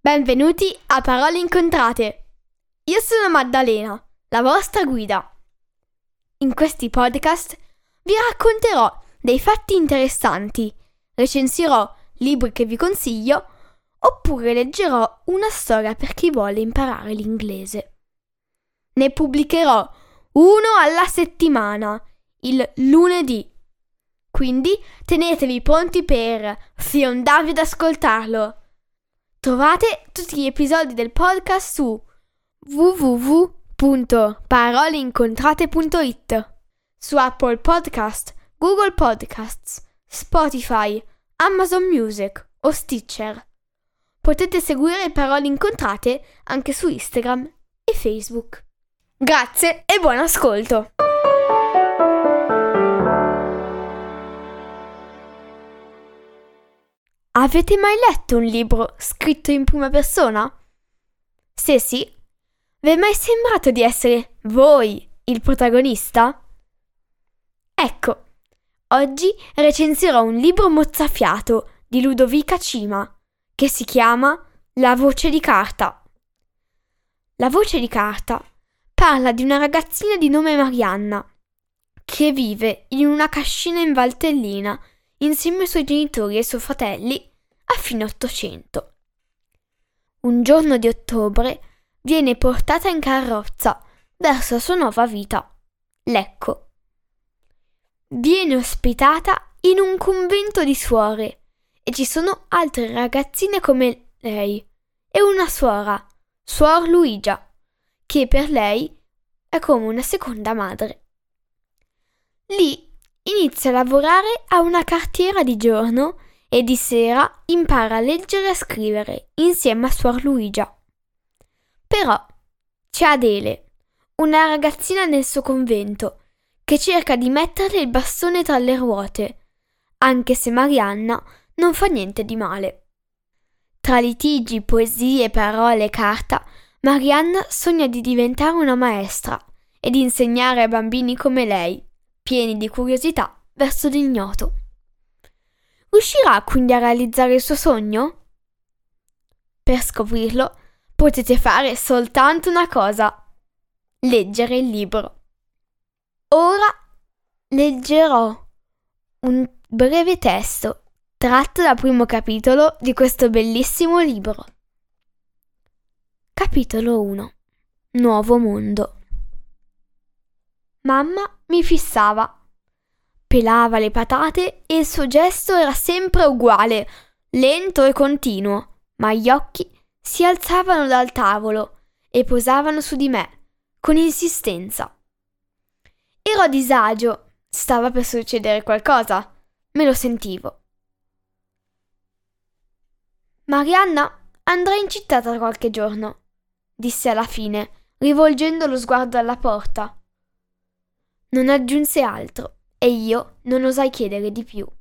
Benvenuti a Parole Incontrate. Io sono Maddalena, la vostra guida. In questi podcast vi racconterò dei fatti interessanti, recensirò libri che vi consiglio, oppure leggerò una storia per chi vuole imparare l'inglese. Ne pubblicherò uno alla settimana, il lunedì. Quindi tenetevi pronti per fiondarvi ad ascoltarlo. Trovate tutti gli episodi del podcast su www.paroleincontrate.it, su Apple Podcast, Google Podcasts, Spotify, Amazon Music o Stitcher. Potete seguire Parole Incontrate anche su Instagram e Facebook. Grazie e buon ascolto! Avete mai letto un libro scritto in prima persona? Se sì, vi è mai sembrato di essere voi il protagonista? Ecco, oggi recensirò un libro mozzafiato di Ludovica Cima che si chiama La voce di carta. La voce di carta parla di una ragazzina di nome Marianna che vive in una cascina in Valtellina insieme ai suoi genitori e ai suoi fratelli a fine Ottocento. Un giorno di ottobre viene portata in carrozza verso la sua nuova vita, Lecco. Viene ospitata in un convento di suore e ci sono altre ragazzine come lei e una suora, Suor Luigia, che per lei è come una seconda madre. Lì inizia a lavorare a una cartiera di giorno e di sera impara a leggere e a scrivere insieme a Suor Luigia. Però c'è Adele, una ragazzina nel suo convento, che cerca di metterle il bastone tra le ruote, anche se Marianna non fa niente di male. Tra litigi, poesie, parole e carta, Marianna sogna di diventare una maestra e di insegnare ai bambini come lei, pieni di curiosità verso l'ignoto. Riuscirà quindi a realizzare il suo sogno? Per scoprirlo potete fare soltanto una cosa: leggere il libro. Ora leggerò un breve testo tratto dal primo capitolo di questo bellissimo libro. Capitolo 1. Nuovo mondo. Mamma mi fissava. Pelava le patate e il suo gesto era sempre uguale, lento e continuo, ma gli occhi si alzavano dal tavolo e posavano su di me, con insistenza. Ero a disagio, stava per succedere qualcosa, me lo sentivo. Marianna andrà in città tra qualche giorno, disse alla fine, rivolgendo lo sguardo alla porta. Non aggiunse altro. E io non osai chiedere di più.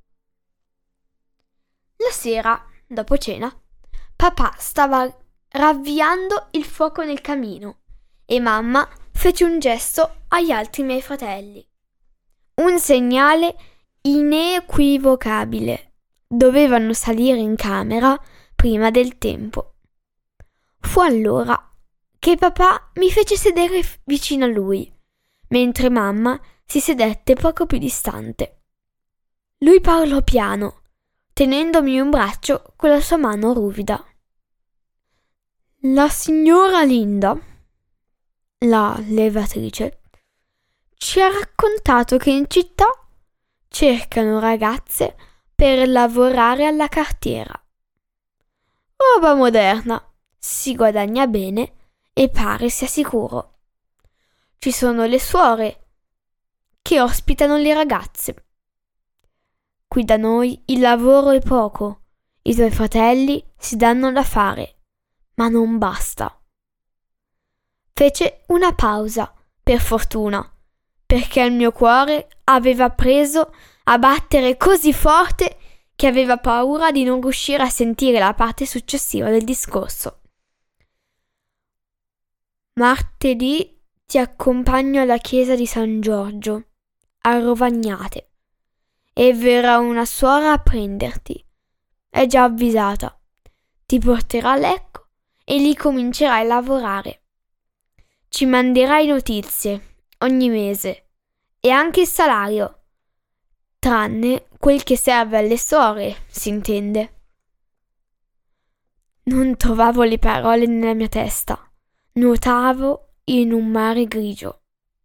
La sera, dopo cena, papà stava ravviando il fuoco nel camino e mamma fece un gesto agli altri miei fratelli. Un segnale inequivocabile. Dovevano salire in camera prima del tempo. Fu allora che papà mi fece sedere vicino a lui, mentre mamma si sedette poco più distante. Lui parlò piano, tenendomi un braccio con la sua mano ruvida. La signora Linda, la levatrice, ci ha raccontato che in città cercano ragazze per lavorare alla cartiera. Roba moderna, si guadagna bene e pare sia sicuro. Ci sono le suore che ospitano le ragazze. Qui da noi il lavoro è poco, i tuoi fratelli si danno da fare, ma non basta. Fece una pausa, per fortuna, perché il mio cuore aveva preso a battere così forte che aveva paura di non riuscire a sentire la parte successiva del discorso. Martedì ti accompagno alla chiesa di San Giorgio, a Rovagnate, e verrà una suora a prenderti. È già avvisata. Ti porterà a Lecco e lì comincerai a lavorare. Ci manderai notizie ogni mese e anche il salario, tranne quel che serve alle suore, si intende. Non trovavo le parole nella mia testa, nuotavo in un mare grigio.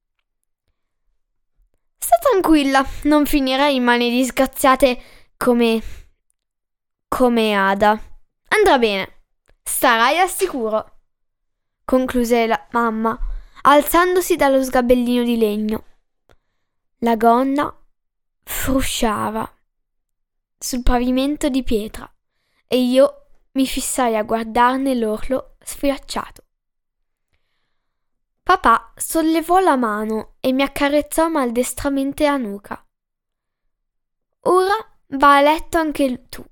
Sta tranquilla, non finirai in mani disgraziate come Ada. Andrà bene, starai al sicuro, concluse la mamma, alzandosi dallo sgabellino di legno. La gonna frusciava sul pavimento di pietra e io mi fissai a guardarne l'orlo sfilacciato. Papà sollevò la mano e mi accarezzò maldestramente la nuca. Ora va a letto anche tu.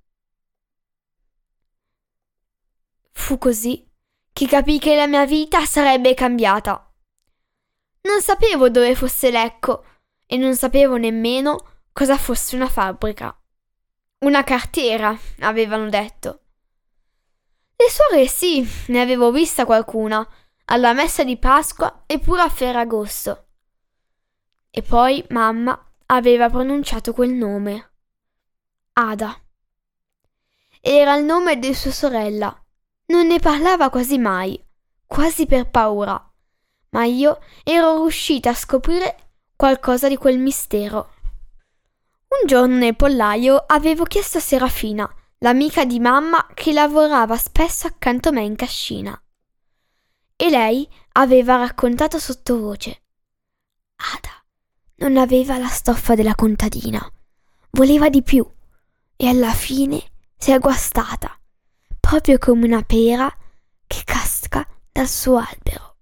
Fu così che capii che la mia vita sarebbe cambiata. Non sapevo dove fosse Lecco e non sapevo nemmeno cosa fosse una fabbrica. Una cartiera, avevano detto. Le suore sì, ne avevo vista qualcuna, alla messa di Pasqua e pure a Ferragosto. E poi mamma aveva pronunciato quel nome. Ada. Era il nome di sua sorella. Non ne parlava quasi mai, quasi per paura, ma io ero riuscita a scoprire qualcosa di quel mistero. Un giorno nel pollaio avevo chiesto a Serafina, l'amica di mamma che lavorava spesso accanto a me in cascina. E lei aveva raccontato sottovoce. Ada non aveva la stoffa della contadina, voleva di più e alla fine si è guastata, proprio come una pera che casca dal suo albero.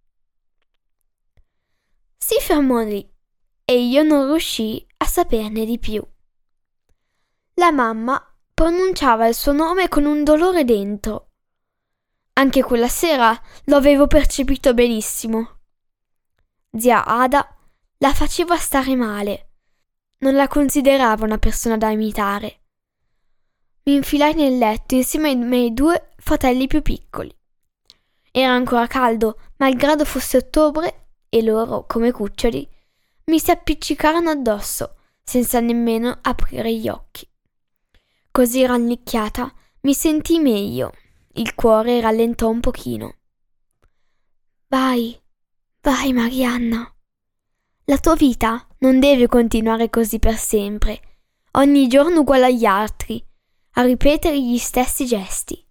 Si fermò lì e io non riuscii a saperne di più. La mamma pronunciava il suo nome con un dolore dentro. Anche quella sera lo avevo percepito benissimo. Zia Ada la faceva stare male. Non la considerava una persona da imitare. Mi infilai nel letto insieme ai miei 2 fratelli più piccoli. Era ancora caldo, malgrado fosse ottobre, e loro, come cuccioli, mi si appiccicarono addosso, senza nemmeno aprire gli occhi. Così rannicchiata mi sentii meglio, il cuore rallentò un pochino. Vai, Marianna. La tua vita non deve continuare così per sempre, ogni giorno uguale agli altri, a ripetere gli stessi gesti.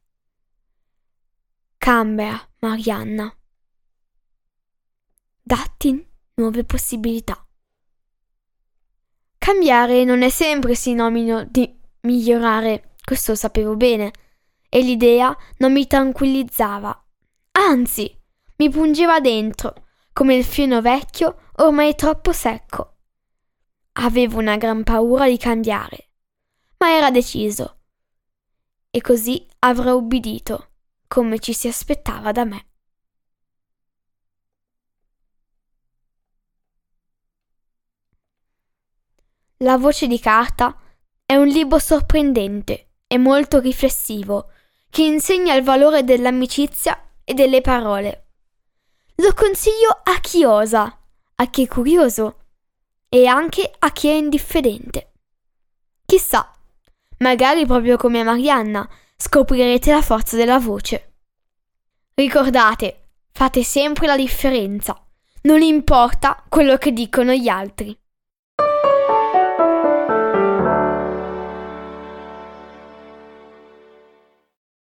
Cambia, Marianna. Datti nuove possibilità. Cambiare non è sempre sinonimo di migliorare, questo lo sapevo bene, e l'idea non mi tranquillizzava. Anzi, mi pungeva dentro, come il fieno vecchio ormai troppo secco. Avevo una gran paura di cambiare, ma era deciso. E così avrei ubbidito, come ci si aspettava da me. La voce di carta è un libro sorprendente e molto riflessivo che insegna il valore dell'amicizia e delle parole. Lo consiglio a chi osa, a chi è curioso e anche a chi è indifferente. Chissà, magari proprio come Marianna scoprirete la forza della voce. Ricordate, fate sempre la differenza, non importa quello che dicono gli altri.